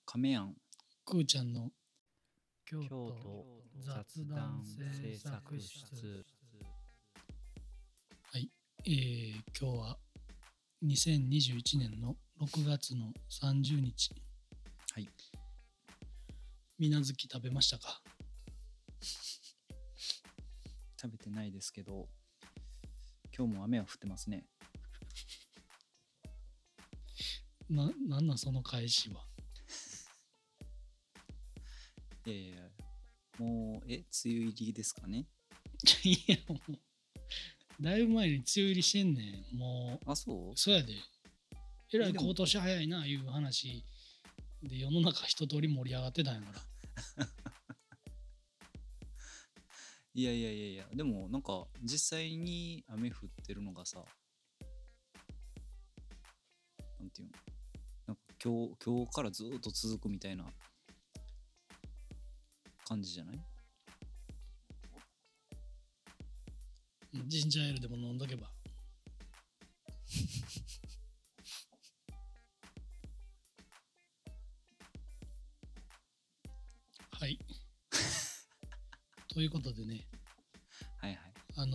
亀庵くーちゃんの京京都都雑談制作室。はい、今日は2021年の6月の30日。 はい。 水無月食べましたか？ 食べてないですけど、今日も雨は降ってますね。 なんなんその返しは。 いやいや、もう梅雨入りですかね。 いやもうだいぶ前に梅雨入りしてんねん。もうあ、そうそうやで。えらいでも今年早いないう話で世の中一通り盛り上がってたんやから。 いやいやいやいや、でもなんか実際に雨降ってるのがさ、なんていうの、なんか今日からずっと続くみたいな感じじゃない？ ジンジャーエールでも飲んどけば。はい。ということでね、 はいはい。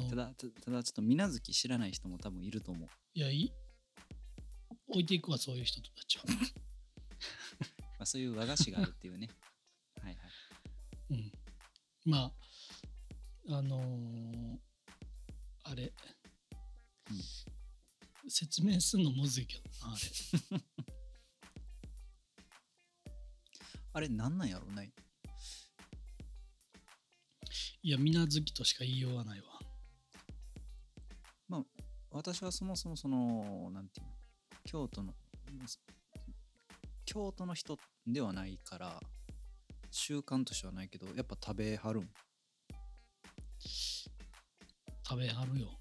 ただちょっと水無月知らない人も多分いると思う。 いや置いていくわ、そういう人たちは。 まあそういう和菓子があるっていうね。はいはい。 うん。まあ、あれ、説明すんのむずいけどな、あれ。 あれなんなんやろうね。 いや、水無月としか言いようがないわ。 まあ私はそもそもそのなんていうの、京都の人ではないから習慣としてはないけど、やっぱ食べはるん？ 食べはるよ。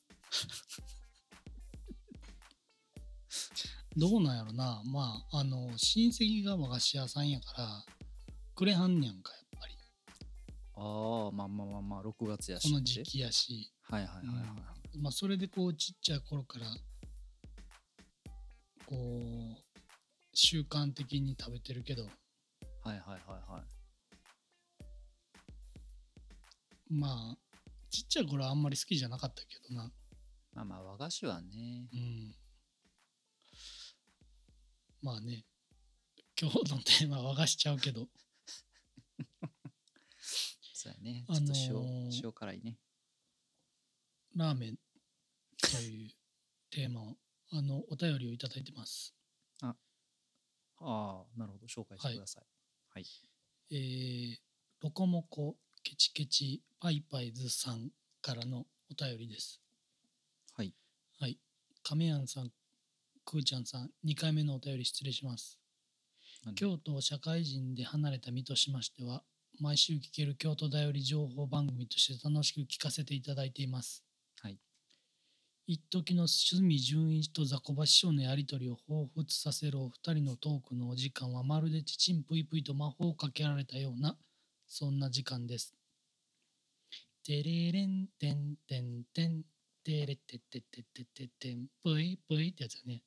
どうなんやろな。まあ、親戚が和菓子屋さんやからくれはんねやんか、やっぱり。 ああ、まあまあまあまあ、6月やしこの時期やし。 はいはいはいはい、 まあ、それでこうちっちゃい頃からこう習慣的に食べてるけど、 はいはいはいはい。 まあちっちゃい頃はあんまり好きじゃなかったけどな。 まあまあ和菓子はね、 まあね、今日のテーマは和菓子ちゃうけどそうやね、ちょっと塩辛いね。 ラーメンというテーマをお便りをいただいてます。 ああ、なるほど、紹介してください。はい。 ロコモコケチケチパイパイズさんからのお便りです。 はい。 はい。亀庵さん、くーちゃんさん、2回目のお便り失礼します。京都を社会人で離れた身としましては、毎週聞ける京都だより情報番組として楽しく聞かせていただいています。 はい。 一時の趣味純一と雑魚場師匠のやりとりを彷彿させるお二人のトークのお時間はまるでちちんぷいぷいと魔法をかけられたような、そんな時間です。てれれんてんてんてんてれててててててんぷいぷいってやつだね。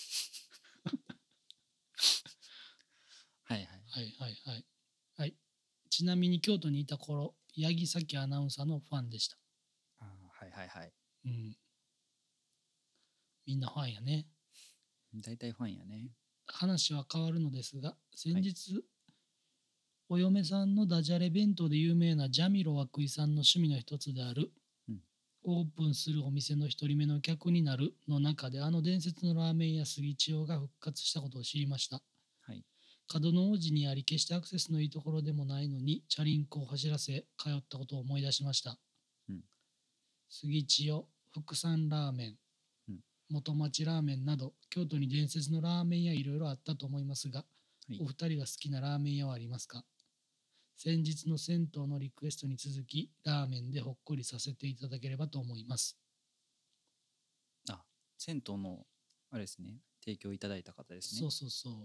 はいはいはいはいはいはい。ちなみに京都にいた頃、八木崎アナウンサーのファンでした。 あ、はいはいはい。 うん。みんなファンやね。 大体ファンやね。 話は変わるのですが、先日、はい、お嫁さんのダジャレ弁当で有名なジャミロ涌井さんの趣味の一つである、オープンするお店の一人目の客になるの中で、伝説のラーメン屋杉千代が復活したことを知りました。 はい。 角の王子にあり、決してアクセスのいいところでもないのに、チャリンコを走らせ通ったことを思い出しました。杉千代、福山ラーメン、元町ラーメンなど、京都に伝説のラーメン屋いろいろあったと思いますが、お二人が好きなラーメン屋はありますか？先日の銭湯のリクエストに続き、ラーメンでほっこりさせていただければと思います。 あ、銭湯のあれですね、提供いただいた方ですね。 そうそうそう。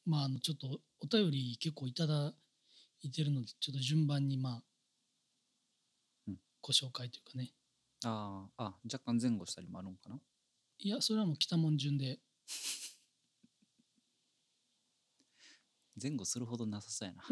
まあちょっとお便り結構いただいてるので、ちょっと順番にご紹介というかね。 若干前後したりもあるのかな。 いや、それはもう来たもん順で。 前後するほどなさそうやな。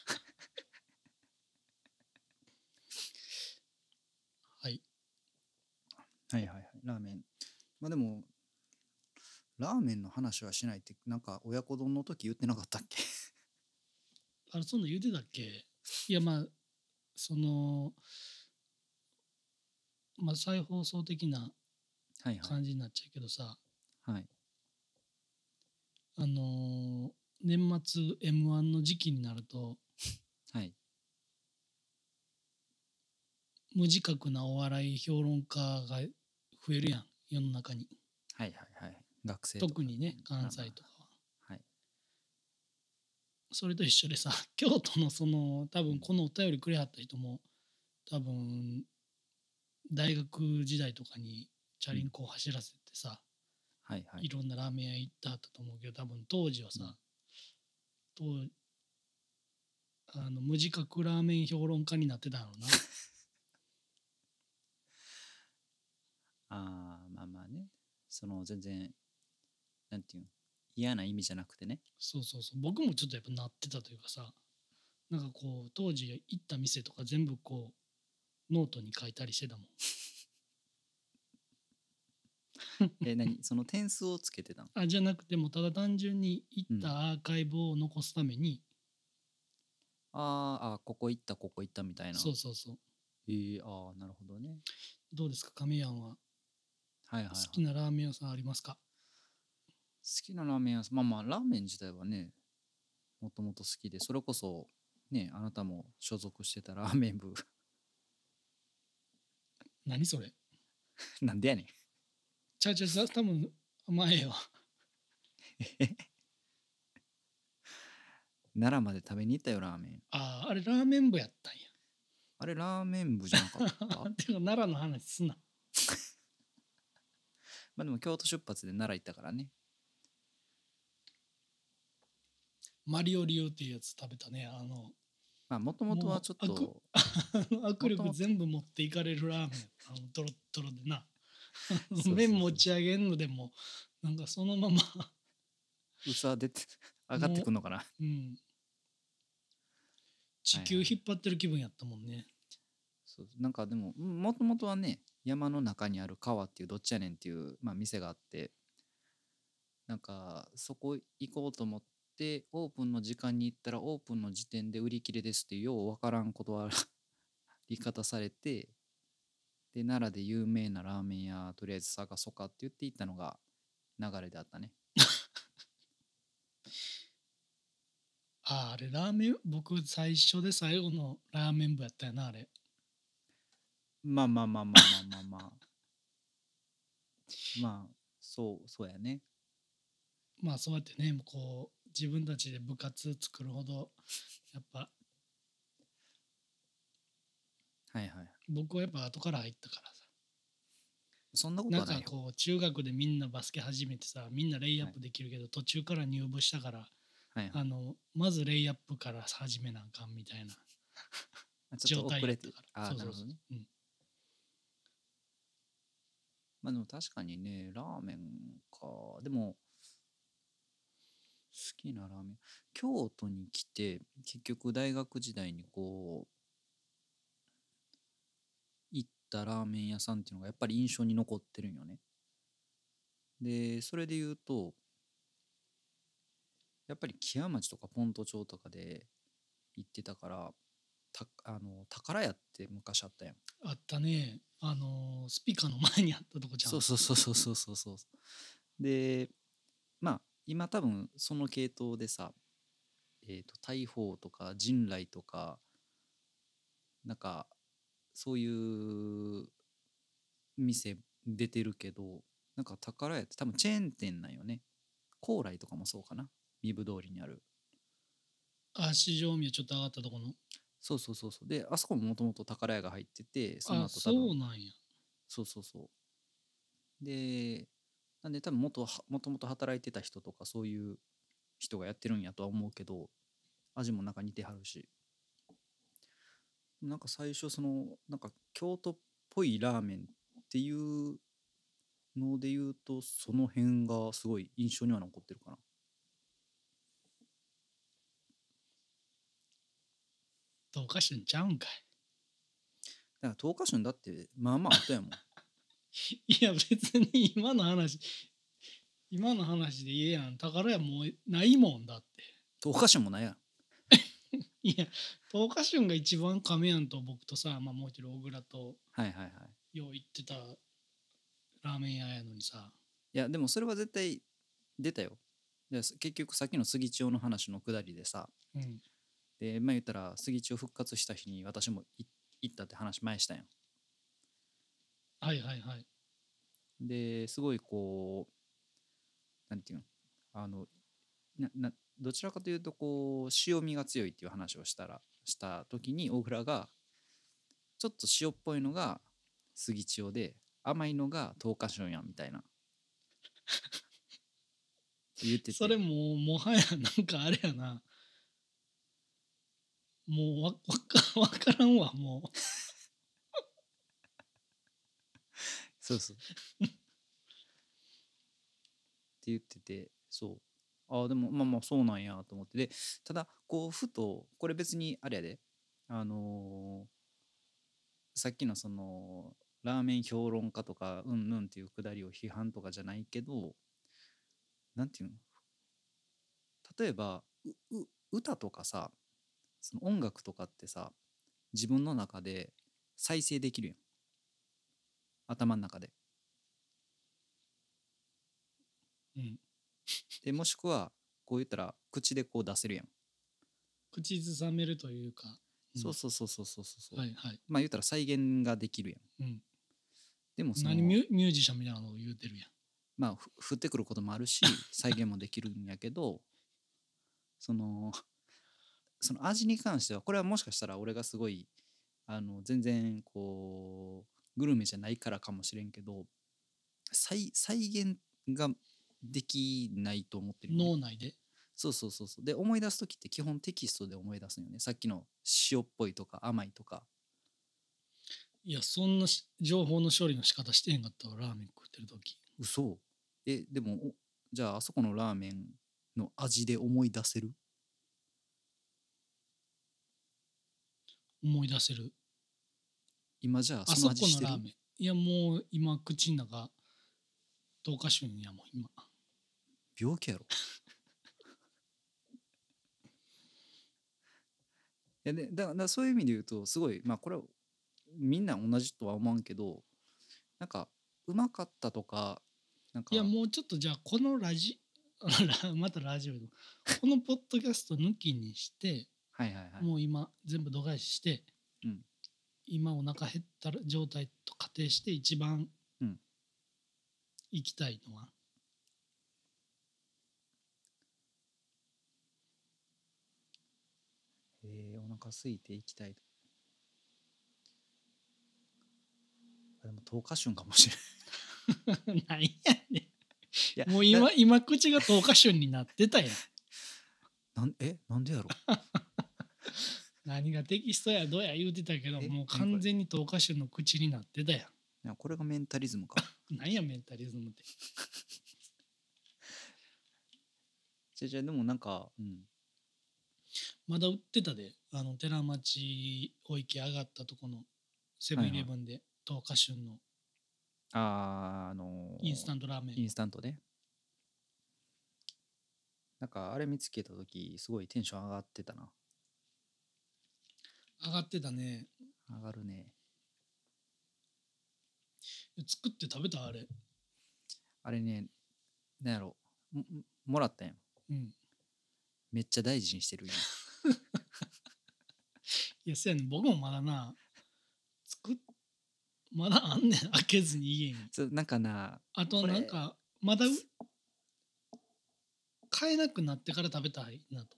はい。 はいはいはい。ラーメン。まあでも、ラーメンの話はしないって、なんか親子丼の時言ってなかったっけ？ あれ、そんなん言うてたっけ？いや、まあ、その、まあ、再放送的なはいはい。 感じになっちゃうけどさ、 はい。 あのー年末 M1 の時期になると、 はい。 無自覚なお笑い評論家が増えるやん、世の中に。 はいはいはい。学生とか。 特にね、関まあまあ。 西とかは。 はい。 それと一緒でさ、京都の多うん。 分このお便りくれはった人も、多分、大学時代とかにチャうん。 リンコを走らせてさ、 はいはい。 いろんなラーメン屋行ったと思うけど、多分当時はさ、 うん。 当無自覚ラーメン評論家になってたのな。 ああ、まあまあね。全然、なんていうの、嫌な意味じゃなくてね。 そうそうそう。僕もちょっとやっぱなってたというかさ、なんかこう、当時行った店とか全部こう、ノートに書いたりしてたもん。 その点数をつけてたの？ あ、じゃなくても、ただ単純に行っうん。 たアーカイブを残すために、 ここ行った、ここ行ったみたいな。 そうそうそう。 ああ、なるほどね。 どうですか、亀やんは。好はいはいはい。 きなラーメン屋さんありますか？ 好きなラーメン屋さん、まあまあ、ラーメン自体はね、もともと好きで、それこそ、ね、あなたも所属してたラーメン部。 何それ？ なんでやねん。 多分前は。 奈良まで食べに行ったよ、ラーメン。 ああ、あれラーメン部やったんや。 あれ、ラーメン部じゃなかった？ てか奈良の話すな。 まあでも、京都出発で奈良行ったからね。 マリオリオっていうやつ食べたね。 まあ、もともとはちょっもうと、 握力もともと、 全部持っていかれるラーメン。ドロッドロでな。 そう麺そうそうそ持ち上げんのでも、なんかそのままう、薄は出て、上がってもくんのかな。 う、うん、地球はいはい。 引っ張ってる気分やったもんね。 そうなんかでも、もともとはね、山の中にある川っていうどっちやねんっていう、まあ、店があって、なんかそこ行こうと思ってオープンの時間に行ったらオープンの時点で売り切れですっていうようわからん断り方されて、で奈良で有名なラーメン屋とりあえず探そうかって言って行ったのが流れであったね。 あれラーメン、僕最初で最後のラーメン部やったよな、あれ。 まあまあまあまあまあまあまあまあ、そうやね。 まあそうやってね、こう、自分たちで部活作るほど、やっぱはいはい。 僕はやっぱ後から入ったからさ。 そんなことなんはないよ。 かこう、中学でみんなバスケ始めてさ、みんなレイアッはいプできるけど、途中から入部したから、 はいはい。 まずレイアップから始めなあかんみたいなちょっ状と遅れて、 態やったから。そうそうそなるほどね。 う。うん。 まあでも確かにね、ラーメンか。でも、好きなラーメン。京都に来て、結局大学時代にこう、行ったラーメン屋さんっていうのがやっぱり印象に残ってるんよね。で、それで言うと、やっぱり木屋町とかポント町とかで行ってたから、宝屋って昔あったやん。 あったね。スピカの前にあったとこじゃん。 そうそうそうそうそうそうそう。で、まあ、今多分その系統でさ、大鵬とか神来とか、なんか、そういう店出てるけど、なんか宝屋って多分チェーン店なんよね。高麗とかもそうかな。壬生通りにある。 市場宮ちょっと上がったとこの。 そうそうそうそう。で、あそこももともと宝屋が入ってて、そのあ、 後多分、 そうなんや。 そうそうそう。で、なんで多分もともと働いてた人とかそういう人がやってるんやとは思うけど、味もなんか似てはるし。なんか最初なんか京都っぽいラーメンっていうので言うと、その辺がすごい印象には残ってるかな。 東華春ちゃうんかだから東華春だってまあまあ後やもん。 い。いや別に今の話で言えやん。宝屋もうないもんだって。 東華春もないやん。 いや東華春が一番亀やんと僕とさ、まあ、もう一人小倉とはいはいはい。 よう行ってたラーメン屋やのにさ。 いやでもそれは絶対出たよ。で結局さっきの杉千代の話のくだりでさ、 うん。 でまあ言ったら杉千代復活した日に私も行ったって話前したやん。 はいはいはい。 ですごいこうなんていうのあのどちらかというとこう塩味が強いっていう話をした時に大倉がちょっと塩っぽいのが杉千代で甘いのが東華春やんみたいな言ってて、 それもはやなんかあれやな。もうわからんわもう。 そうそうって言ってて、そうああでもまあまあそうなんやと思って、でただこうふとこれ別にあれやであのさっきのそのラーメン評論家とかうんうんっていうくだりを批判とかじゃないけど、なんていうの、例えば歌とかさ、その音楽とかってさ、自分の中で再生できるやん、頭の中で。 うん。 でもしくはこう言ったら口でこう出せるやん。 口ずさめるというか。うん、 そうそうそうそうそうそう、 はいはい。 まあ言ったら再現ができるやん。 うん。 でもそ何のミュージシャンみたいなのを言うてるやん。 まあ降ってくることもあるし再現もできるんやけど、そのその味に関してはこれはもしかしたら俺がすごい全然こうグルメじゃないからかもしれんけど、再現ができないと思ってるよね。 脳内で。 そうそうそうそう。で思い出す時って基本テキストで思い出すのよね。さっきの塩っぽいとか甘いとか。 いやそんな情報の処理の仕方してへんかったわ。ラーメン食ってる時。 嘘。でもじゃああそこのラーメンの味で思い出せる？ 思い出せる。 今じゃあそのあそ味してる？ このラーメン。いやもう今口の中東華春やもん今。 病気やろ。いやでだそういう意味で言うとすごいまあこれはみんな同じとは思わんけど、なんかうまかったとかなんいやかもうちょっとじゃあこのまたラジオでこのポッドキャスト抜きにしてはいはいはい。 もう今全部度外視してうん今お腹減った状態と仮定して一番うん行きたいのは、 お腹空いていきたい。でも10日春かもしれん。 なんやねいやんもう今口が10日春になってたやん。 なんでやろ。 何がテキストやどうや言うてたけどもう何これ。 完全に10日春の口になってたやん。 いやこれがメンタリズムか。 なんやメンタリズムって。 じゃでもなんか、 まだ売ってたで寺町小池上がったとこのセブンイレブンで10日春のインスタントラーメン。 インスタントね。なんかあれ見つけた時すごいテンション上がってたな。 上がってたね。 上がるね。 作って食べたあれ。 あれね、なんやろ、もらったやん。 うん。 めっちゃ大事にしてる今。 いやそうやねん僕もまだなまだあんねん開けずに家に。 なんかな、 あとなんかまだ買えなくなってから食べたいなと。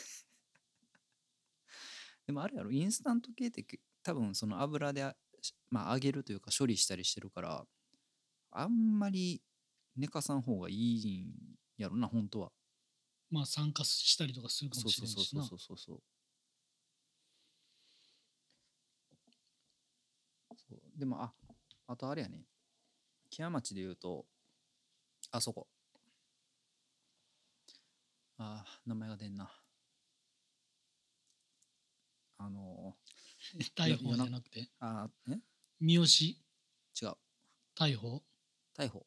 でもあれやろ、インスタント系って多分その油でまあ揚げるというか処理したりしてるからあんまり寝かさん方がいいんやろな本当は。 まあ酸化したりとかするかもしれんしな。 そうでもあとあれやね、木屋町で言うとあそこ、名前が出んな。 大砲じゃなくてあ三好違う大砲大砲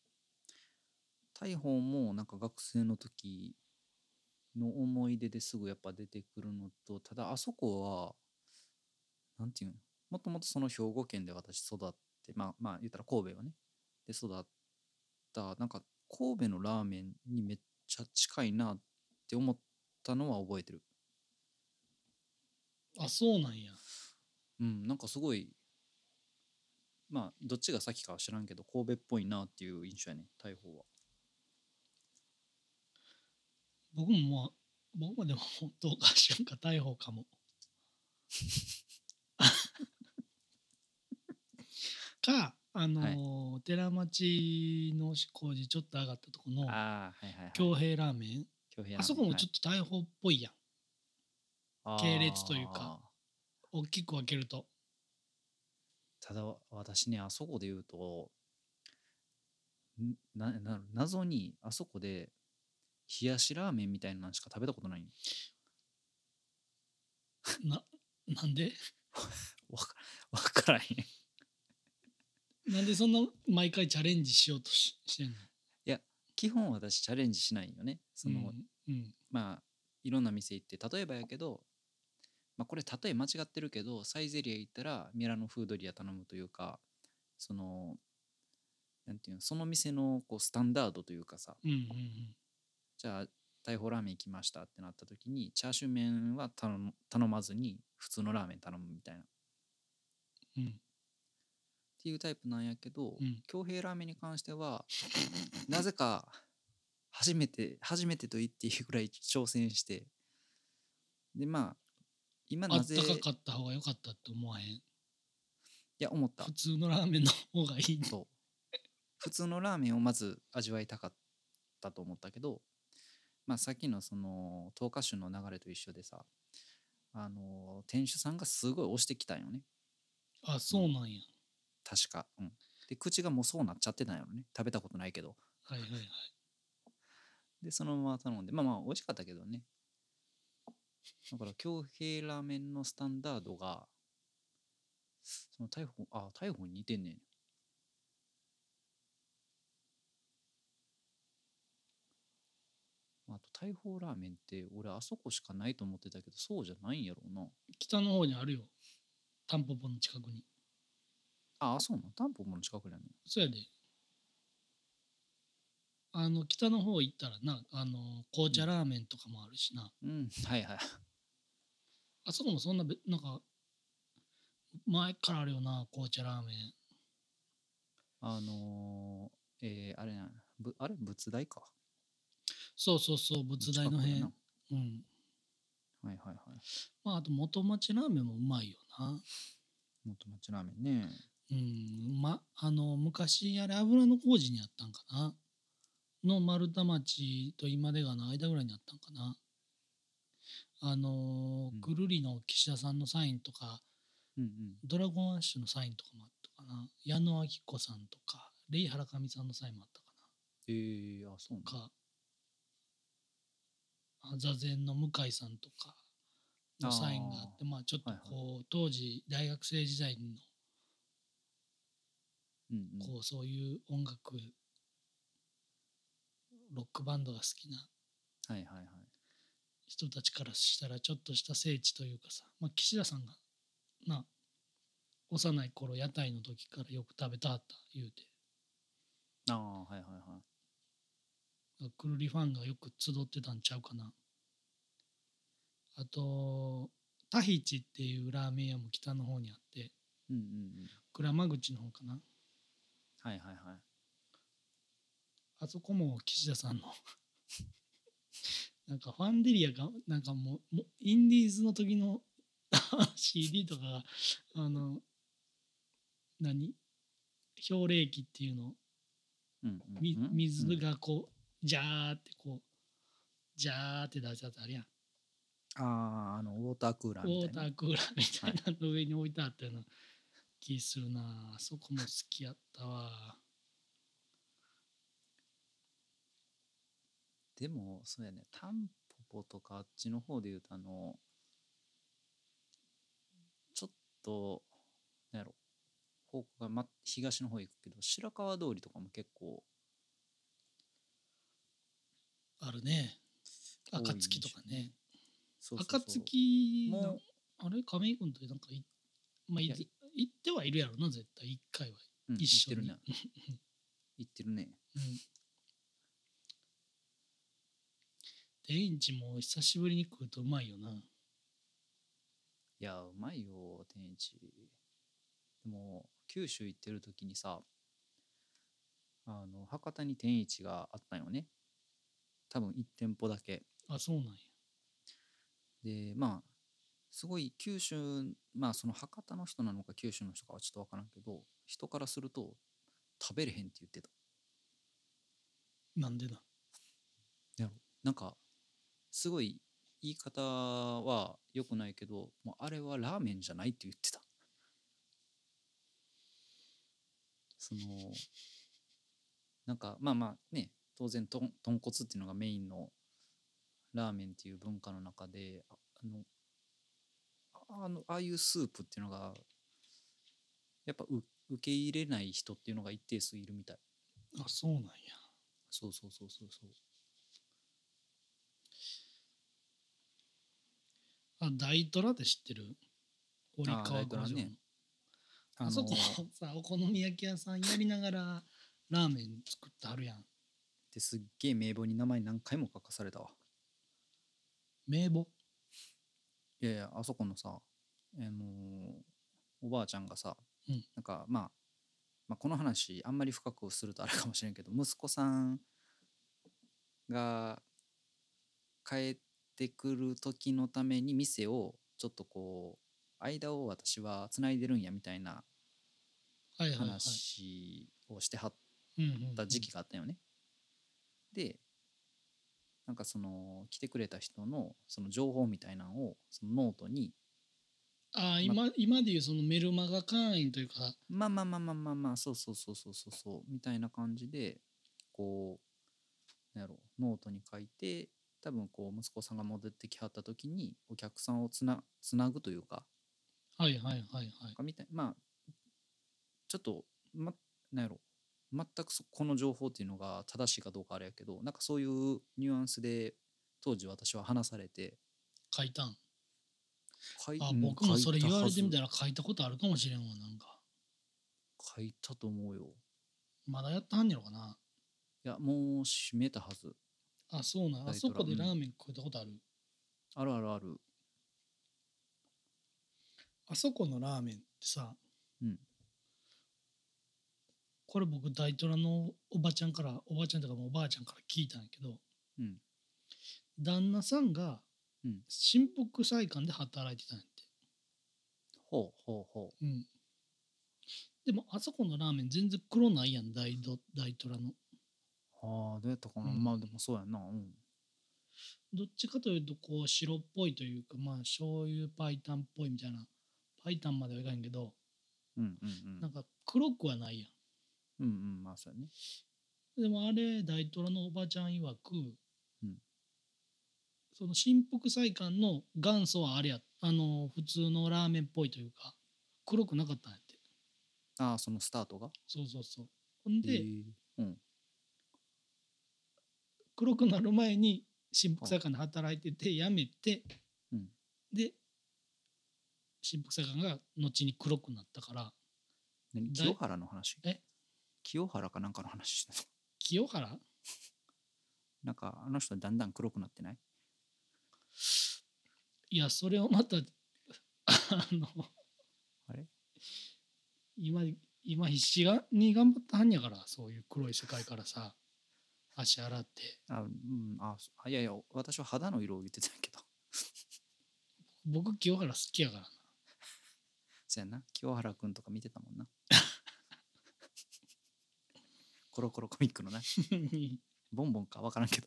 もなんか学生の時の思い出ですぐやっぱ出てくるのと、ただあそこはなんていうの、もともとその兵庫県で私育って、まあ言ったら神戸はねで育った、なんか神戸のラーメンにめっちゃ近いなって思ったのは覚えてる。 あそうなんや。 なんかすごい、まあどっちが先かは知らんけど神戸っぽいなっていう印象やね、大砲は。 僕もでもどうかしようか大砲かもかはい。 寺町の工事ちょっと上がったとこのああ、はいはいはい。 京平ラーメン、 京平ラーメン。 あそこもはい。 ちょっと大砲っぽいやん。系列というかああ、 大きく分けると。 ただ私ね、あそこで言うと、謎にあそこで冷やしラーメンみたいなのしか食べたことない。 ななんでわかわからへん。いなんでそんな毎回チャレンジしようとしてんの？ や、基本私チャレンジしないよね。その、 うんまあ、いろんな店行って、例えばやけど、まあ、これ例え間違ってるけど、サイゼリア行ったらミラノ風ドリア頼むというか、その、なんていうの、その店のこうスタンダードというかさ、じゃあ、大砲ラーメン行きましたってなった時に、チャーシュー麺は頼まずに、普通のラーメン頼むみたいな。っていうタイプなんやけど、京平ラーメンに関しては、なぜか初めてと言っていいぐらい挑戦して、で、まあ、今あったかなぜ、 かった方が良かったって思わへん？ いや、思った。 普通のラーメンの方がいい。 そう。普通のラーメンをまず味わいたかったと思ったけど、まあ、さっきのその、東華酒の流れと一緒でさ、店主さんがすごい押してきたんよね。 あそのそうなんや。 確か。で、口がもうそうなっちゃってたんやろね。食べたことないけど。 はいはいはい。 で、そのまま頼んで、まあまあ、美味しかったけどね。だから、京平ラーメンのスタンダードが、その大砲に似てんねん。あと、大砲ラーメンって、俺、あそこしかないと思ってたけど、そうじゃないんやろうな。 北の方にあるよ。タンポポの近くに。 そうなの、タンポポの近くにあるの。 そうやで。北の方行ったらな、紅茶ラーメンとかもあるしな。 はいはい。 あそこもそんななんか、前からあるよな、紅茶ラーメン。 あれな、あれ仏大か。 そうそうそう、仏大の辺。 近くやな。 うん。 はいはいはい。 まあ、あと元町ラーメンもうまいよな。 元町ラーメンね。 うん。昔、あれ、油の工事にあったんかな。の丸太町と今出川の間ぐらいにあったんかな。ぐるりの岸田さんのサインとか、ドラゴンアッシュのサインとかもあったかな。矢野明子さんとか、レイ・ハラカミさんのサインもあったかそうなんな。座禅の向井さんとかのサインがあって、まあちょっとこう、当時大学生時代の、こうそういう音楽、ロックバンドが好きな人たちからしたらちょっとした聖地というかさ、まあ、岸田さんがな幼い頃屋台の時からよく食べたはった言うて、くるりファンがよく集ってたんちゃうかな。あとタヒチっていうラーメン屋も北の方にあって、鞍馬口の方かな。あそこも岸田さんのなんかファンデリアがなんかもうインディーズの時のCD とかが何氷冷機っていうの、水がこうジャーってこうジャーって出すやつあるやん。 ウォータークーラーみたいな。 ウォータークーラーみたいなの上に置いてあったような気するな。あそこも好きやったわ。 でもそうやね、タンポポとかあっちの方で言うとなんやろ、方向が、東の方行くけど、白川通りとかも結構あるね。 多い暁とかね。 そうそうそう暁もうあれ亀井君となんかまあ、 いや行ってはいるやろな、絶対一回は。一緒に。 行ってるね行ってるね。 うん。天一も久しぶりに食うとうまいよな。 いやうまいよ天一。でも九州行ってる時にさ、博多に天一があったんよね。多分1店舗だけあ、そうなんや。 で、すごい九州、その博多の人なのか九州の人かはちょっと分からんけど、人からすると食べれへんって言ってた。 なんでな。 やろなんかすごい言い方は良くないけど、もうあれはラーメンじゃないって言ってた。そのなんかね、当然豚骨っていうのがメインのラーメンっていう文化の中で、ああいうスープっていうのがやっぱ受け入れない人っていうのが一定数いるみたい。 あ、そうなんや。 そうそうそうそうそう。 あ、大虎って知ってる？堀ああ、 川五条の。 大トラね。 あそこさ、お好み焼き屋さんやりながらラーメン作ってはるやん。 ですっげえ名簿に名前何回も書かされたわ。 名簿？ いやいや、あそこのさ、おばあちゃんがさ、 うん。 なんかこの話あんまり深くするとあれかもしれんけど、息子さんが帰ってくる時のために店をちょっとこう間を私はつないでるんやみたいなはいはいはい。 話をしてはっうんうん、 た時期があったよね。でなんかその来てくれた人のその情報みたいなのをそのノートに、 ああ、 ま、 今でいうそのメルマガ会員というか。 そうそうそうそうそうそうみたいな感じでこうなんやろノートに書いて、多分こう息子さんが戻ってきはった時にお客さんをつなぐというか、 はいはいはいはい。 みたいちょっとなんやろ全くこの情報っていうのが正しいかどうかあれやけど、なんかそういうニュアンスで当時私は話されて、 書いたん？ うん、 僕も書いそれ言わたはず。 れてみたら書いたことあるかもしれんわ、なんか。 書いたと思うよ。 まだやったはんねやろかな。 いやもう閉めたはず。 あ、そうなん。あ大トラ、 そこでラーメン食ったことある？ あるあるある。 あそこのラーメンってさ、 うん。 これ僕大トラのおばちゃんから、おばちゃんとかもおばあちゃんから聞いたんやけど、 うん旦那さんがうん新福菜館で働いてたんやって。 ほうほうほうん。でもあそこのラーメン全然黒ないやん、大トラの。 う。どうやったかな、 うん。 でもそうやな。 どっちかというとこう白っぽいというか、醤油白湯っぽいみたいな。白湯まではいかんけど、 うんうんなんか黒くはないやうんそうやね。 ん。でもあれ大トラのおばちゃん曰く、 うんその新福菜館の元祖はあれや、普通のラーメンっぽいというか、黒くなかったんやって。 そのスタートが。 そうそうそう。ほんで、 うん黒くなる前に新福は菜館で働いてて、辞めて、 うんで、新福菜館が後に黒くなったから、 清原の話？ え清原かなんかの話してた。 清原？ なんかあの人だんだん黒くなってない？ いや、それをまた、の、 あれ今、今必死に頑張ったはんやから、そういう黒い世界からさ、足洗って。 いやいや、私は肌の色を言ってたんやけど。 僕、清原好きやからな。 そうやな。清原くんとか見てたもんな。コロコロコミックのな。ボンボンか分からんけど。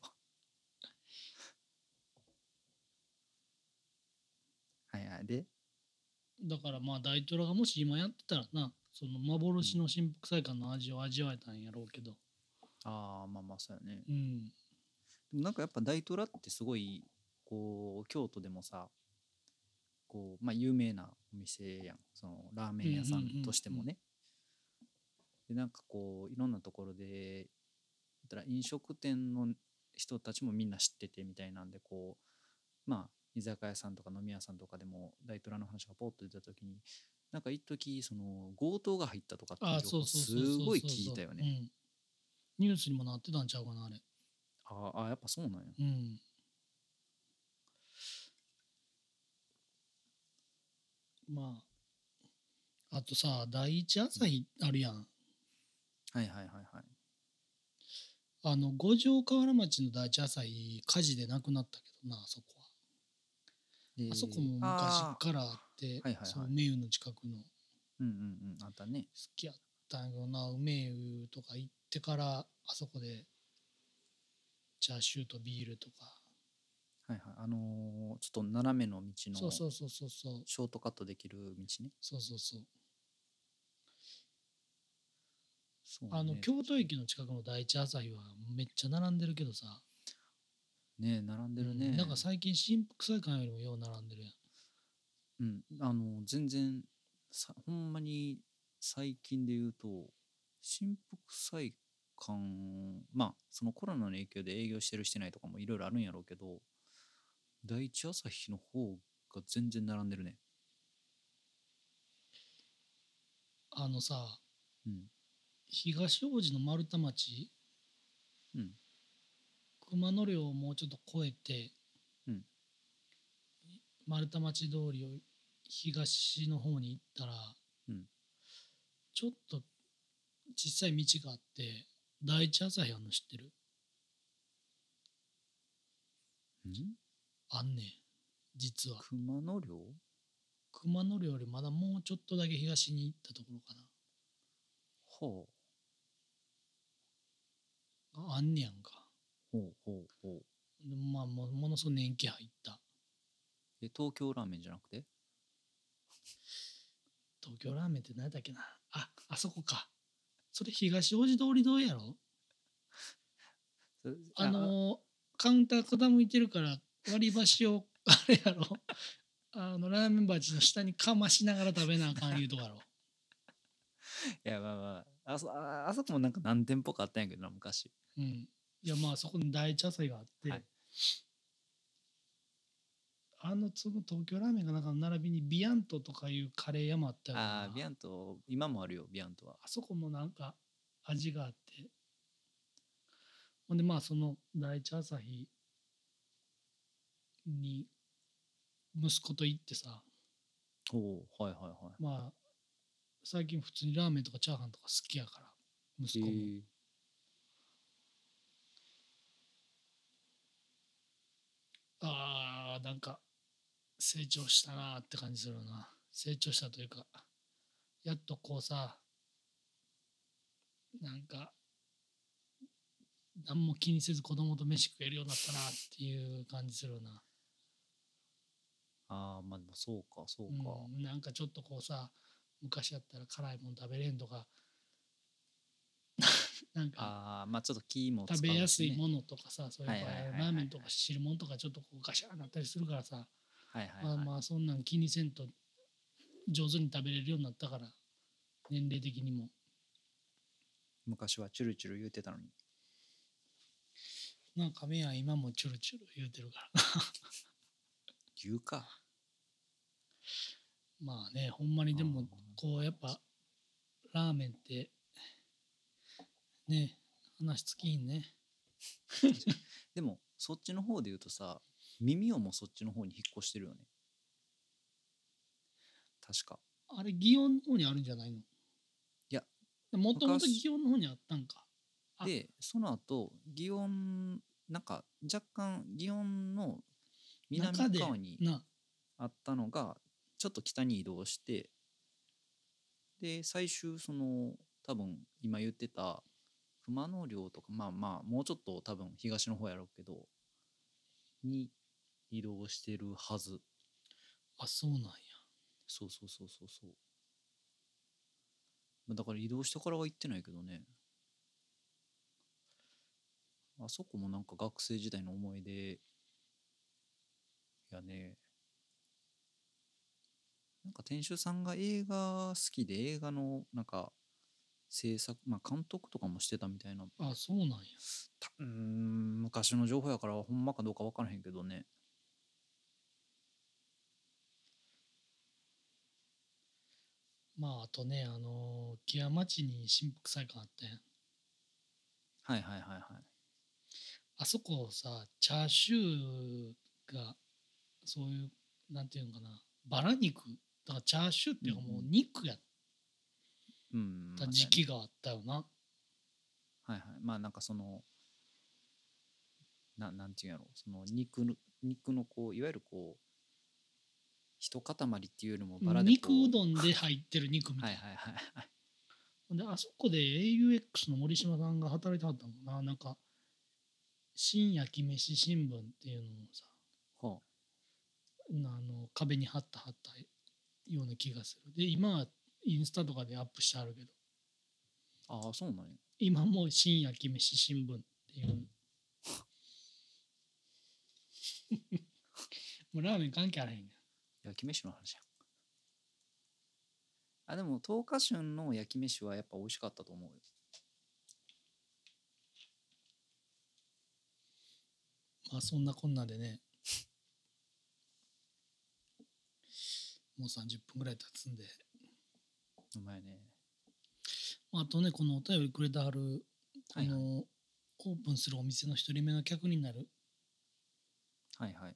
はいはい。で、 だから大トラがもし今やってたらな、その幻の新福菜館の味を味わえたんやろうけど。 そうやね。 うん。 でもなんかやっぱ大トラってすごい、こう、京都でもさ、 こう、まあ、有名なお店やん、そのラーメン屋さんとしてもね。でなんかこういろんなところで言ったら飲食店の人たちもみんな知っててみたいなんで、こうまあ居酒屋さんとか飲み屋さんとかでも大トラの話がポッと出た時に、なんか一時その強盗が入ったとかっていうあ、 情報そうそうすごいそうそうそうそう。 聞いたよね。 うん。ニュースにもなってたんちゃうかな、あれ。 やっぱそうなんや。 うん。まあ、あとさ、第一朝日あるやん。 はいはいはいはい。 五条河原町の第一朝日、火事で亡くなったけどな、あそこは。あそこも昔あからあって、そう、 はいはいはい。 梅湯の近くの。好うんうんうん、あったね。 きやったんやけどな、梅湯とか行ってから、あそこでチャーシューとビールとか。 はいはい。ちょっと斜めの道のそうそうそうそうそう。 ショートカットできる道ね。 そうそうそう。 そうね、 京都確か駅の近くの第一朝日はめっちゃ並んでるけどさ、 に。ね、並んでるなんかね。 最近新福祭館よりもよう並んでるやん。 うん。全然ほんまに最近で言うと、新福祭館、まあ、そのコロナの影響で営業してるしてないとかもいろいろあるんやろうけど、第一朝日の方が全然並んでるね。 あのさ、 うん。 東大路の丸太町、 うん。 熊野寮をもうちょっと越えて、 うん。 丸太町通りを東の方に行ったら、 うん。 ちょっと小さい道があって、第一朝日あんの知ってる？ うん。 あんねん、実は。 熊野寮。 熊野寮よりまだもうちょっとだけ東に行ったところかほう。 な。あんねやんか。 ほうほうほう。 でまあ、ものすごい年季入った。 東京ラーメンじゃなくて？ 東京ラーメンって何だっけな。あそこか。それ東大路通り沿いやろ？ それあのカウンター傾いてるから割り箸をあれやろ、ラーメン鉢の下にかましながら食べなあかんいうとこやろ。 いやまあまああそこもなんか何店舗かあったんやけどな昔。 うん。いやまあそこに第一朝日があって、 はい。 その東京ラーメンがなんか並びにビアントとかいうカレー屋もあったよな。 ビアント今もあるよ、ビアントは。 あそこもなんか味があって、ほんでまあその第一朝日に息子と行ってさ、 おお、はいはいはまあ最近普通にラーメンとかチャーハンとか好きやから息子も、 い。 なんか成長したなって感じするな。成長したというか、やっとこうさ、なんか何も気にせず子供と飯食えるようになったなっていう感じするな。 まあでもそうかそうか。 なんかちょっとこうさ、昔やったら辛いもん食べれんとか、なんかまあちょっと気も食べ使うしね。 やすいものとかさ、そういうはいはいはいはいはい。 ラーメンとか汁物とかちょっとこうガシャーなったりするからさ、 はいはいはい。 まあそんなん気にせんと上手に食べれるようになったから、年齢的にも。 昔はチュルチュル言うてたのに。 なんか目は今もチュルチュル言うてるから。 言うか。 まあね、ほんまにでもこうやっぱラーメンってね、話尽きひんね。 でもそっちの方で言うとさ、耳をもそっちの方に引っ越してるよね。確か。 あれ祇園の方にあるんじゃないの？ いや、 もともと昔祇園の方にあったんか。 で、その後、祇園、なんか若干祇園の南中で側にな、 あったのが、ちょっと北に移動して、で、最終、多分今言ってた熊野寮とか、まあまあ、もうちょっと多分東の方やろうけど、に移動してるはず。 そうなんや。 そうそうそうそうそう。だから移動してからは行ってないけどね。あそこもなんか学生時代の思い出やね。 なんか店主さんが映画好きで映画のなんか制作、まあ監督とかもしてたみたいな。 あ、そうなんや。 昔の情報やからほんまかどうか分からへんけどね。 まあ、あとね、木屋町に新福祭館あったやん。 はいはいはいはい。 あそこさ、チャーシューが、そういう、なんていうのかな、バラ肉、だからチャーシューっていうかもう肉やっうん、 たまあそうやね。 時期があったよな。 はいはい。まあなんかその、なんていうんやろ、その肉のこう、いわゆるこう、一塊っていうよりもバラでこう、 肉うどんで入ってる肉みたはいいな。 はいはいはい。 で、あそこで AUX の森島さんが働いてはったのかな。なんか、新焼き飯新聞っていうのをさ、 は壁に貼ったような気がする。で、今はインスタとかでアップしてあるけど、 あ、ああ、そうなんや。 今もう新焼き飯新聞っていう、もうラーメン関係あらへんねん。 焼き飯の話やん。あ、でも、東華春の焼き飯はやっぱ美味しかったと思うよ。 まあそんなこんなでね、もう30分ぐらい経つんで、 うまいね。 あとね、このお便りくれてはる、こはいはい。 のオープンするお店の一人目の客になるはいはい。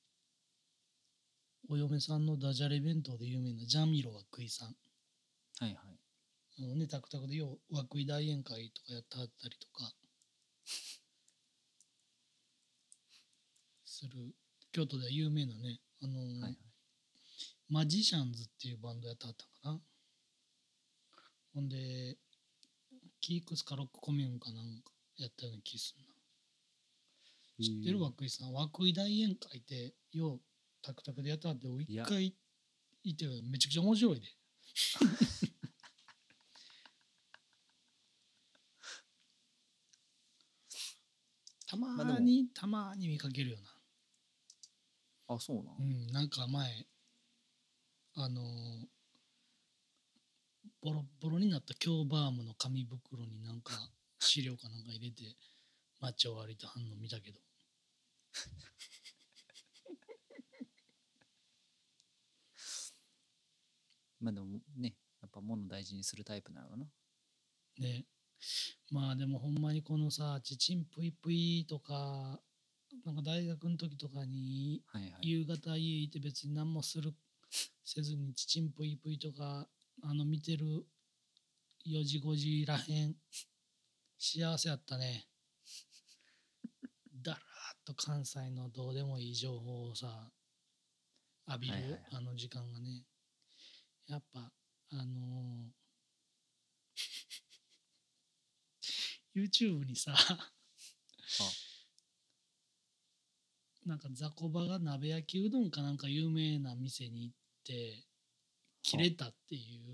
お嫁さんのダジャレ弁当で有名なジャミロ和久井さん。 はいはい。 ね、タクタクでよう和久井大宴会とかやってはったりとかする、京都では有名なね、 はいはい。 マジシャンズっていうバンドやってはったんかな。ほんで、キークスかロックコミューンかなんかやったような気するな。知ってる和久井さん。和久井大宴会ってようタクタクでやってはって、一回行ってめちゃくちゃ面白いで。たままあでも、 にたまに見かけるよあ、そうなな。うん、なんか前、あのボロボロになった京バームの紙袋になんか資料かなんか入れて街を歩いてはんの見たけど。 まあでもね、やっぱ物大事にするタイプなのな。 ね。まあでもほんまにこのさ、ちちんぷいぷいとか、なんか大学の時とかにはいはい。 夕方家いて別に何もせずにちちんぷいぷいとか、見てる4時5時らへん、幸せやったね。だらーっと関西のどうでもいい情報をさ、浴びはいはいはい。 るあの時間がね、やっぱ、YouTube にさ、 あ、 なんか雑魚場が鍋焼きうどんかなんか有名な店に行って切は、 れたっていう、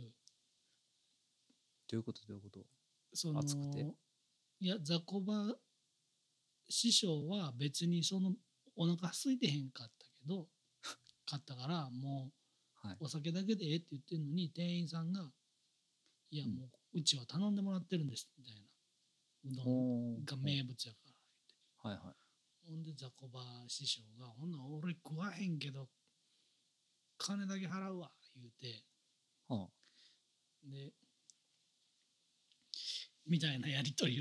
どういうことどういうこと？ そ熱くて？ の、いや雑魚場師匠は別にそのお腹空いてへんかったけど買ったからもはい。 うお酒だけでええって言ってるのに店員さんがいやうん。 もううちは頼んでもらってるんですみたいな、うどんおー、 が名物やからはいはい。 ほんで雑魚場師匠がほんなら俺食わへんけど金だけ払うわ言うて、 はでみたいなやり取りを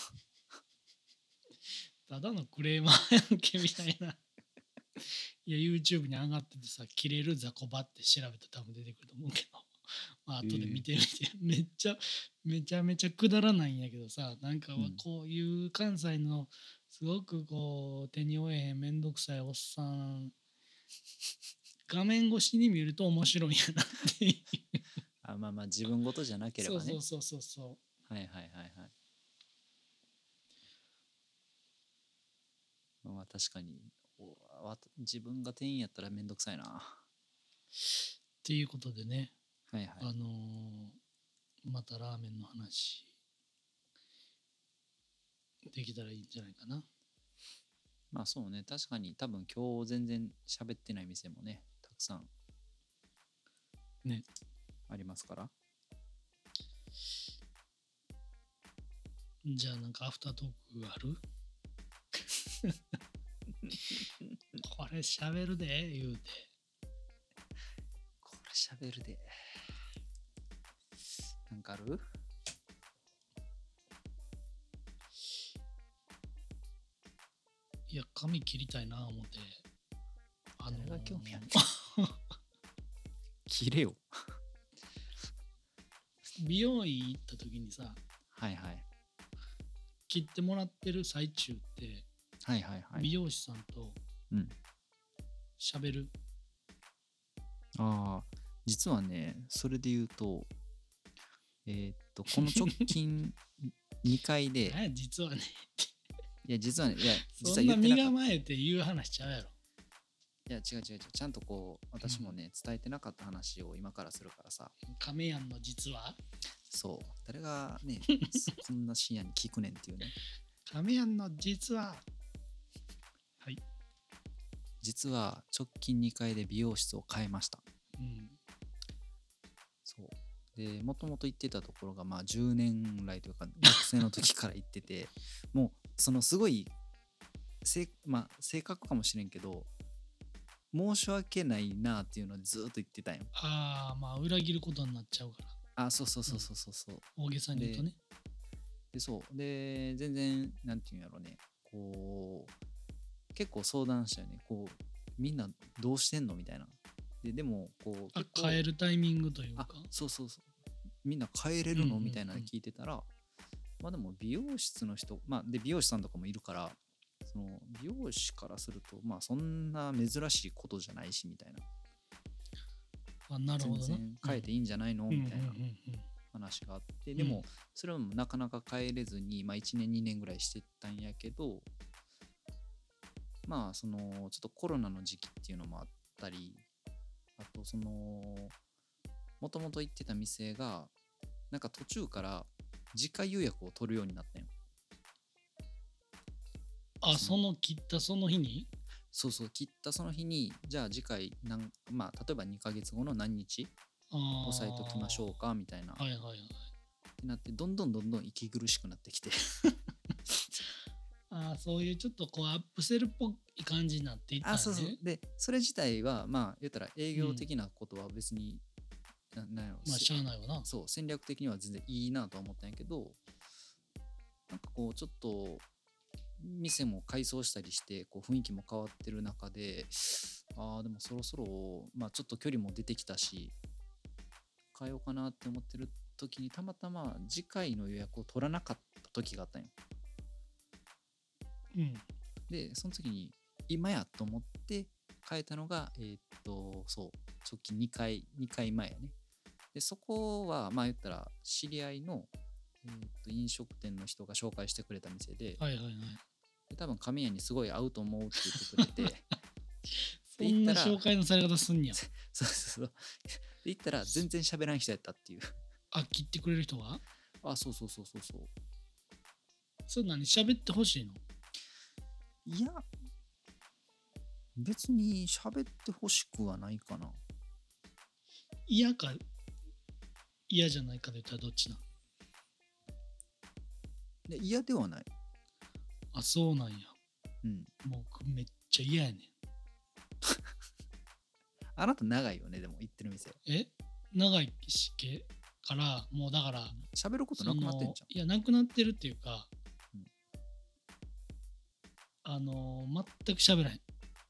ただのクレーマーやんけみたいな。いや YouTube に上がっててさ切れる雑魚場って調べたら多分出てくると思うけど、まあ後で見てみて、めちゃめちゃくだらないんやけどさ、なんかこういう関西のすごくこう手に負えへんめんどくさいおっさん画面越しに見ると面白いんやなっていう。 あ、まあまあ自分ごとじゃなければね。 そうはいはいはいはい。まあ確かに、自分が店員やったらめんどくさいな。 っていうことでね、 はいはい。 またラーメンの話できたらいいんじゃないかな。 まあそうね、確かに多分今日全然喋ってない店もね、たくさんね。 ありますから。 じゃあなんかアフタートークある？これ喋るで言うて。 これ喋るで。なんかある？ いや髪切りたいな思って。 誰が興味ある？切れよ。 美容院行った時にさ、 はいはい。 切ってもらってる最中って、 はいはいはい。 美容師さんとうん。 喋る。 ああ、実はね、それで言うと、この直近2回で、 実はね。 いや、実はね、いや、実そんなは言ってなかった。 身構えて言う話ちゃうやろ。 いや、違う違う違う。ちゃんとこう、私もね、伝えてなかった話を今からするからさ。 亀やんの実は？ そう。誰がね、こんな深夜に聞くねんっていうね。 亀やんの実は。はい。 実は直近2回で美容室を変えました。 うん。 そう。で、もともと行ってたところが、まあ10年来というか、学生の時から行ってて、もう、そのすごい、まあ、正確かもしれんけど、申し訳ないなっていうのでずっと言ってたんよ。 ああ、まあ裏切ることになっちゃうから。 あ、そうそうそうそうそう。 大げさに言うとね。 で、そう。で、全然、なんていうんやろね、こう、結構相談したよね。こう、みんなどうしてんのみたいな。でも、こう、結構。 変えるタイミングというか。 そうそうそう。みんな変えれるの、みたいなの聞いてたら、まあでも美容室の人、まあで美容師さんとかもいるから、その美容師からすると、まあそんな珍しいことじゃないし、みたいな。 あ、なるほどな。 全然変えていいんじゃないの、みたいな話があって、でもそれもなかなか変えれずに、まあ1年2年ぐらいしてったんやけど、まあそのちょっとコロナの時期っていうのもあったり、あとそのもともと行ってた店がなんか途中から次回予約を取るようになったんよ。 あ、その切ったその日に？ そうそう、切ったその日に、じゃあ次回まあ例えば2ヶ月後の何日押さえときましょうかみたいな。 はいはいはい。 ってなって、どんどん息苦しくなってきて。 あ、そういうちょっとこうアップセルっぽい感じになっていったんね。 そうそう。で、それ自体はまあ言ったら営業的なことは別に、なんやろ、 まあしゃあないわな。 そう、戦略的には全然いいなとは思ったんやけど、なんかこうちょっと店も改装したりしてこう雰囲気も変わってる中で、でもそろそろまあちょっと距離も出てきたし変えようかなって思ってる時にたまたま次回の予約を取らなかった時があったんよ。 うん。 でその時に今やと思って変えたのがそう直近2回前やね。でそこはまあ言ったら知り合いの飲食店の人が紹介してくれた店で、 はいはいはい。 で多分神谷にすごい合うと思うって言ってくれてそんな紹介のされ方すんにゃ。 そうそうそう。で言ったら全然喋らん人やったっていう。 あ、切ってくれる人は？ そうそうそうそうそう。 それ何喋ってほしいの？ いや、別に喋ってほしくはないかな。 嫌か嫌じゃないかで言ったらどっちなん？ で嫌ではない。 あ、そうなんや。 うん。 僕めっちゃ嫌やねん。 あなた長いよね、でも行ってる店。 長いしけからもうだから喋ることなくなってんじゃん。 いやなくなってるっていうか、全く喋らへん。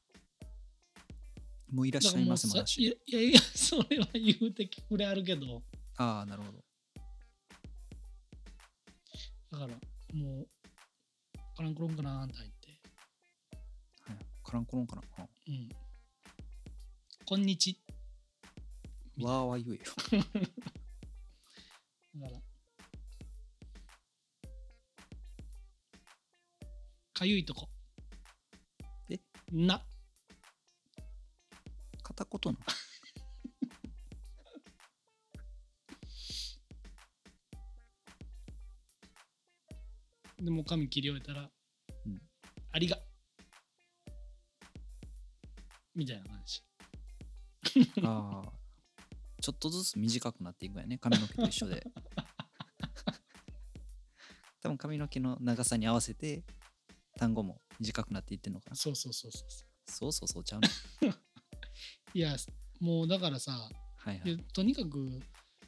もういらっしゃいませもなし。 いやそれは言うてくれあるけど。 なるほど。 だからもうカランコロンかなーって入って、 はい、カランコロンかな。 うん。こんにち。 わーわー言えよ。 だからかゆいとこ。な。 片言な。 でも髪切り終えたら、ありがみたいな感じ。 直ちょっとずつ短くなっていくんやね、髪の毛と一緒で。多分髪の毛の長さに合わせて単語も短くなっていってんのかな。 そうそうそうそうそうそうそうちゃうの。 いやもうだからさ、 はいはい。 とにかく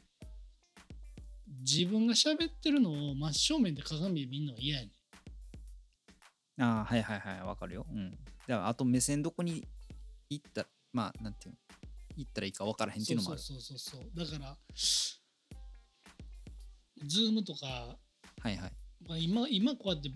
自分が喋ってるのを真正面で鏡で見るのは嫌やねん。 ああ、はいはいはい、わかるよ。うん。だからあと目線どこに行った、まあ、なんていうの、行ったらいいか分からへんっていうのもある。 そうそうそうそう。だからズームとか、 はいはい。 まあ、今こうやって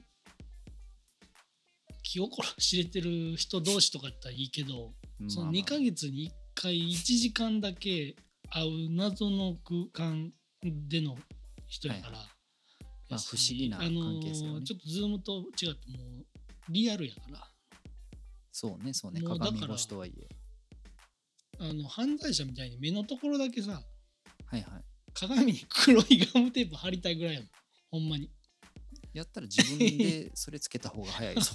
気心知れてる人同士とかやったらいいけど、その2ヶ月に1回1時間だけ会う謎の空間での人やから、 はいはい、まあ、不思議な関係性よね。 ちょっとズームと違ってもうリアルやから。 そうねそうね、 もうだから鏡越しとはいえ。 犯罪者みたいに目のところだけさ、 はいはい。 鏡に黒いガムテープ貼りたいぐらいやもん、ほんまに。 やったら自分でそれつけた方が早いぞ。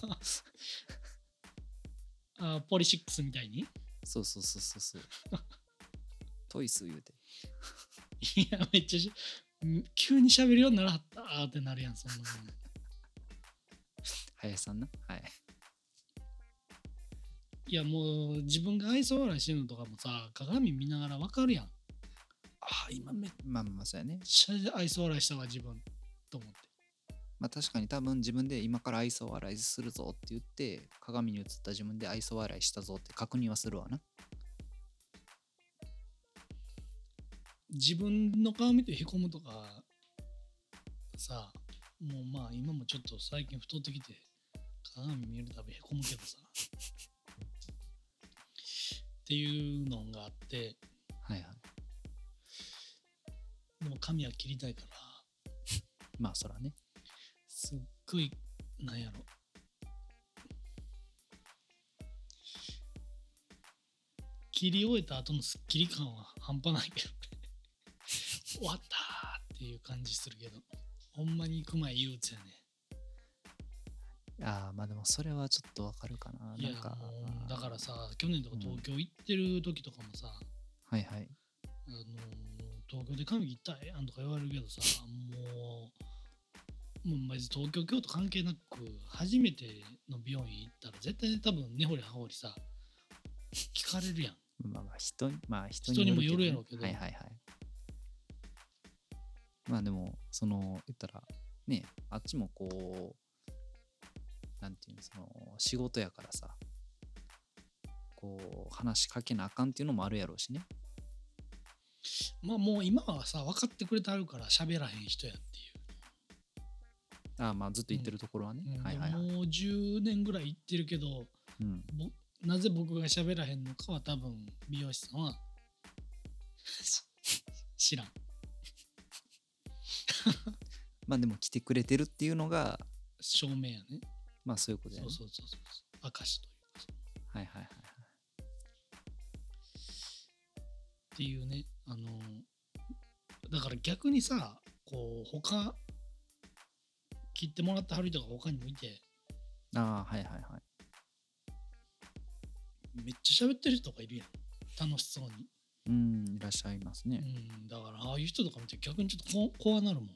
ポリシックスみたいに。 そうそうそうそうそう。トイス言うて。 いや、めっちゃ急に喋るようにならはったってなるやん、そんなもん。 林さんな。はい。 いや、もう自分が愛想笑いしてるのとかもさ、鏡見ながらわかるやん。今めっまあまあそうやね。 ちゃ愛想笑いしたわ、自分。と思って。 まあ確かに多分自分で今から愛想笑いするぞって言って鏡に映った自分で愛想笑いしたぞって確認はするわな。 自分の顔見てへこむとかさ、もうまあ今もちょっと最近太ってきて鏡見るたびへこむけどさっていうのがあって、 はいはい。 でも髪は切りたいからまあそらね。 すっごいなんやろ、切り終えた後のスッキリ感は半端ないけど終わったーっていう感じするけど、ほんまに行く前憂鬱やね。 ああまあでもそれはちょっとわかるかな。 いやなんかもうだからさ、去年とか東京行ってる時とかもさ、 はいはい。 東京で髪切ったらええやんとか言われるけどさ、もう別に東京京都関係なく初めての美容院行ったら絶対多分根掘り葉掘りさ聞かれるやん。 まあまあ人にもよるやろうけど、 はいはいはい。まあでもその言ったらね、あっちもこうなんていうの、その仕事やからさ、こう話しかけなあかんっていうのもあるやろうしね。 まあもう今はさ分かってくれてあるから喋らへん人やっていう。 ああまあずっと言ってるところはね。はいはいはい。 もう10年ぐらい行ってるけど、なぜ僕が喋らへんのかは多分美容師さんは知らん。 まあでも来てくれてるっていうのが証明やね。 まあそういうことやね。 そう証というか。 はいはいはいはい。 っていうね、だから逆にさ、こう他切ってもらったはる人が他にもいて、 ああはいはいはい。 めっちゃ喋ってる人がいるやん、楽しそうに。 いらっしゃいますね。 だからああいう人とか見て逆にちょっと怖なるもん。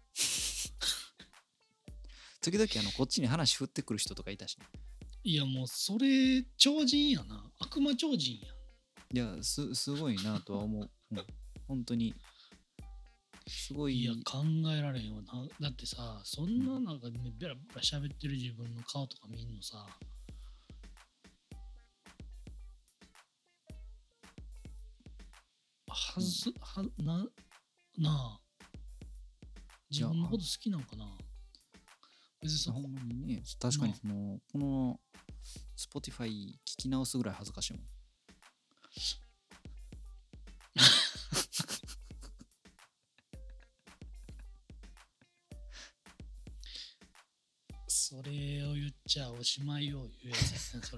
時々こっちに話振ってくる人とかいたし、ね、 いやもうそれ超人やな、悪魔超人いや。 やすごいなとは思う、本当にすごい。 いや考えられへんわな。だってさ、そんななんかね、ベラベラ喋ってる自分の顔とか見んのさ、なあ自分のこと好きなんかな。別にほんまにね、確かにそのこの Spotify 聞き直すぐらい恥ずかしいもん。 それを言っちゃおしまいを言うやつですね、それ。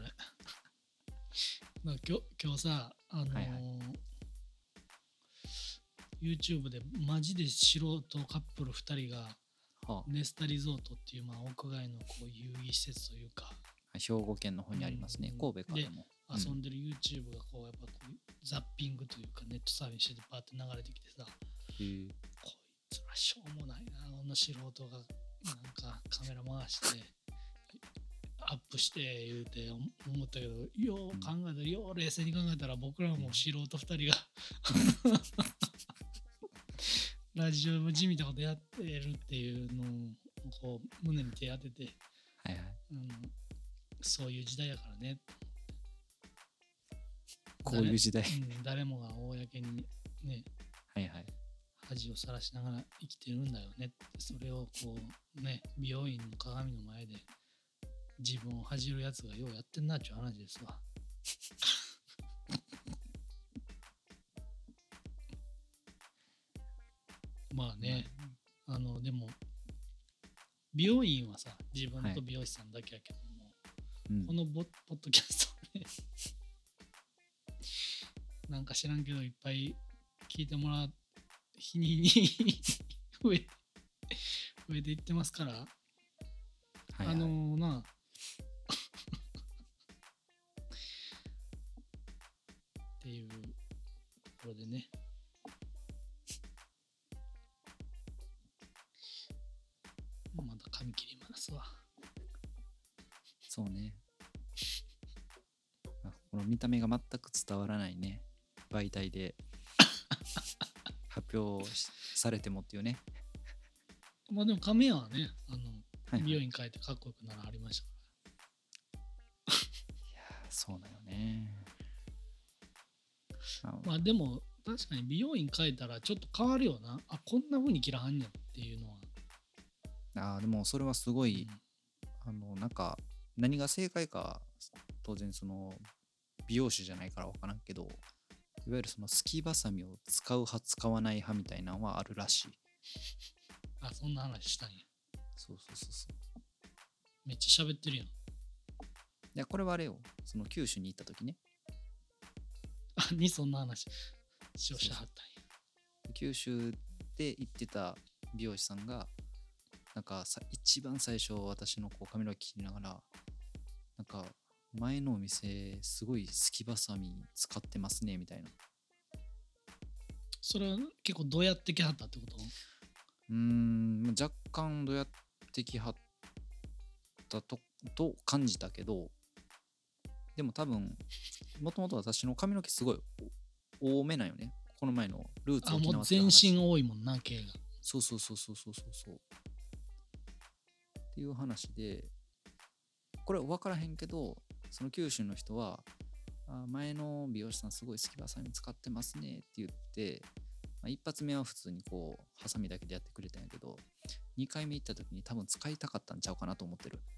今日さ、YouTube でマジで素人カップル2人が、ネスタリゾートっていう、まあ、屋外のこう遊戯施設というか、 兵庫県の方にありますね、神戸からも遊んでる YouTube がこうやっぱこうザッピングというかネットサーフィンしててパーって流れてきてさ、こいつらしょうもないな、この素人がなんかカメラ回してアップして言うて思ったけど、よう考えたら、よう冷静に考えたら僕らも素人2人がラジオ地味なことやってるっていうのをこう胸に手当てて、 はいはい、 そういう時代やからね、 こういう時代、 誰もが公にね、 はいはい、 恥をさらしながら生きてるんだよねって、それをこうね、美容院の鏡の前で自分を恥じるやつがようやってんなっちゅう話ですわ。まあね、でも美容院はさ、自分と美容師さんだけやけども、このポッドキャストはねなんか知らんけどいっぱい聞いてもらう日に増えていってますから、はいはい、なっていうところでね、まだ髪切りますわ。 そうね。この見た目が全く伝わらないね媒体で発表されてもっていうね。 まあでも亀屋はね、美容院変えてかっこよくならはりましたから。 いやそうだよね。 まあでも確かに美容院変えたらちょっと変わるよな。あ、こんな風に切らはんねんっていうのは。 でもそれはすごい、なんか何が正解か当然その美容師じゃないから分からんけど、いわゆるそのすきばさみを使う派使わない派みたいなのはあるらしい。 あ、そんな話したんや。 そうそうそうそう。 めっちゃ喋ってるやん。いやこれはあれよ、その九州に行った時ね。 にそんな話しはったんや。 九州で行ってた美容師さんがなんか一番最初私のこう髪の毛切りながら、なんか前のお店すごいすきばさみ使ってますねみたいな。 それは結構どうやってきはったってこと？ 若干どうやってきはったと感じたけど、でも多分もともと私の髪の毛すごい多めなんよね。この前のルーツ沖縄っていう話。 もう全身多いもんな、毛が。 そうっていう話で、これ分からへんけど、その九州の人は前の美容師さんすごいすきばさみ使ってますねって言って、一発目は普通にこうハサミだけでやってくれたんやけど、2回目行った時に多分使いたかったんちゃうかなと思ってる。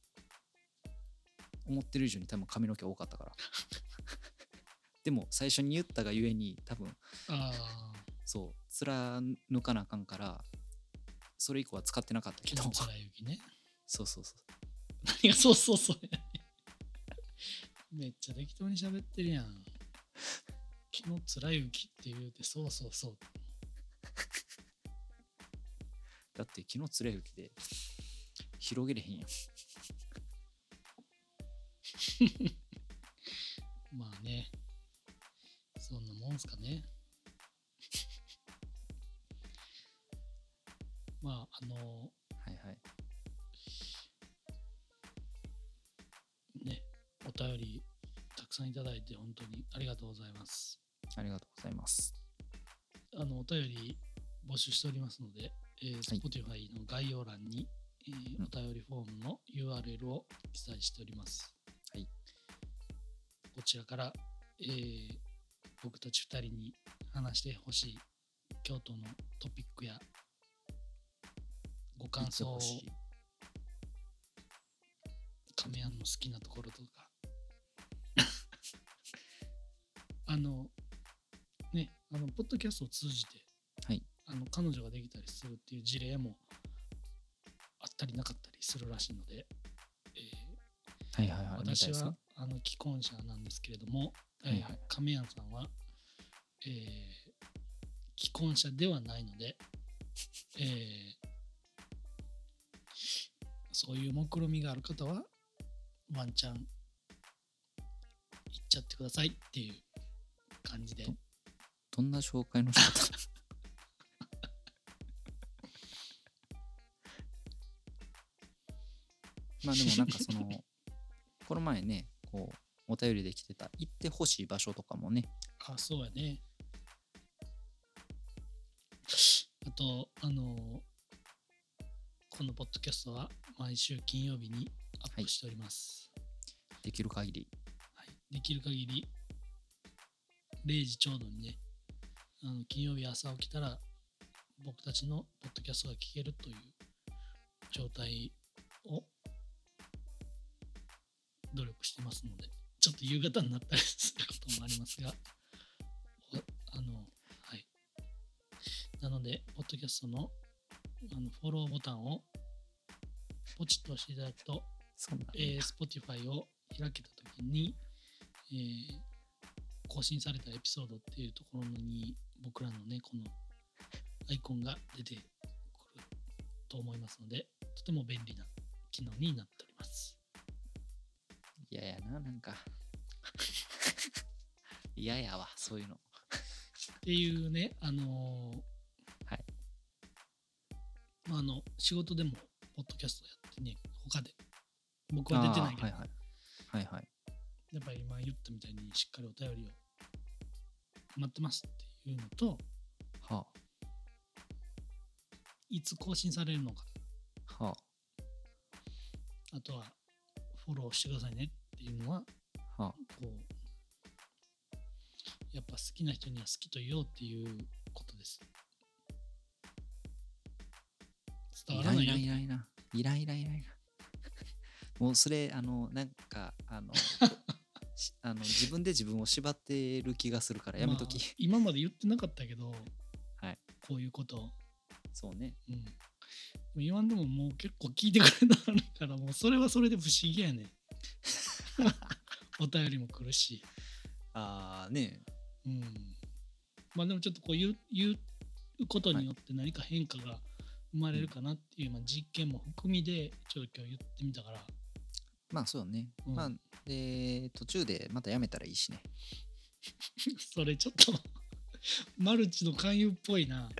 思ってる以上に多分髪の毛多かったからでも最初に言ったがゆえに多分そう貫かなあかんから、それ以降は使ってなかったけど。 貫之ね。 そう何がそうやねめっちゃ適当に喋ってるやん。昨日貫之って言うてそうだって昨日貫之で広げれへんやんまあね、そんなもんすかね。まあはいはいね、お便りたくさんいただいて本当にありがとうございます。 ありがとうございます。 お便り募集しておりますので、Spotify の概要欄に、お便りフォームの URL を記載しております。 はい。 こちらから、僕たち2人に話してほしい京都のトピックやご感想を、亀庵の好きなところとかね、ポッドキャストを通じて、 はい、 彼女ができたりするっていう事例もあったりなかったりするらしいので、私は既婚者なんですけれども、亀庵さんは、既婚者ではないので、そういう目論みがある方はワンチャン行っちゃってくださいっていう感じで。 どんな紹介の仕方まあでもなんかこの前ね、こう、お便りで来てた行ってほしい場所とかもね。 そうやね。あと、このポッドキャストは毎週金曜日にアップしております。 できる限り。 はい。できる限り、0時ちょうどにね、金曜日朝起きたら、僕たちのポッドキャストが聞けるという状態を努力してますので、ちょっと夕方になったりすることもありますが、はい。なので、ポッドキャストのフォローボタンをポチッと押していただくと、Spotify を開けたときに、更新されたエピソードっていうところに僕らのね、このアイコンが出てくると思いますので、とても便利な機能になっております。 嫌やな、なんか。嫌やわ、そういうの。 っていうね、はい。仕事でもポッドキャストやってね、他で僕は出てないけど、 はいはい。 やっぱり今言ったみたいにしっかりお便りを待ってますっていうのと、いつ更新されるのか、あとはフォローしてくださいねっていうのは、こうやっぱ好きな人には好きと言おうっていうことです。伝わらないよ。 イライラ。もうそれなんか自分で自分を縛ってる気がするからやめとき。 今まで言ってなかったけど、 はい。 こういうこと。 そうね。 うん。言わんでももう結構聞いてくれたからもうそれはそれで不思議やね。お便りも来るし。 ね。 うん。まあでもちょっとこう言うことによって何か変化が生まれるかなっていう、実験も含みでちょっと今日言ってみたから。 まあそうね。まあで途中でまたやめたらいいしね。 それちょっとマルチの勧誘っぽいな。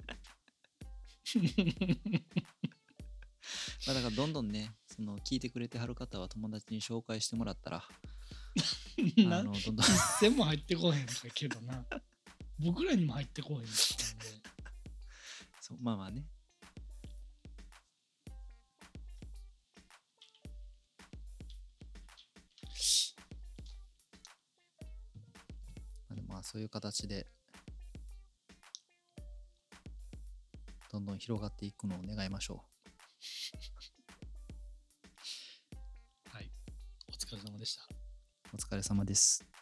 まあだからどんどんね、聞いてくれてはる方は友達に紹介してもらったらどんどん一銭も入ってこへんけどな。僕らにも入ってこへんって感じで。 そう、まあね。まあそういう形でどんどん広がっていくのを願いましょう。はい。お疲れ様でした。 お疲れ様です。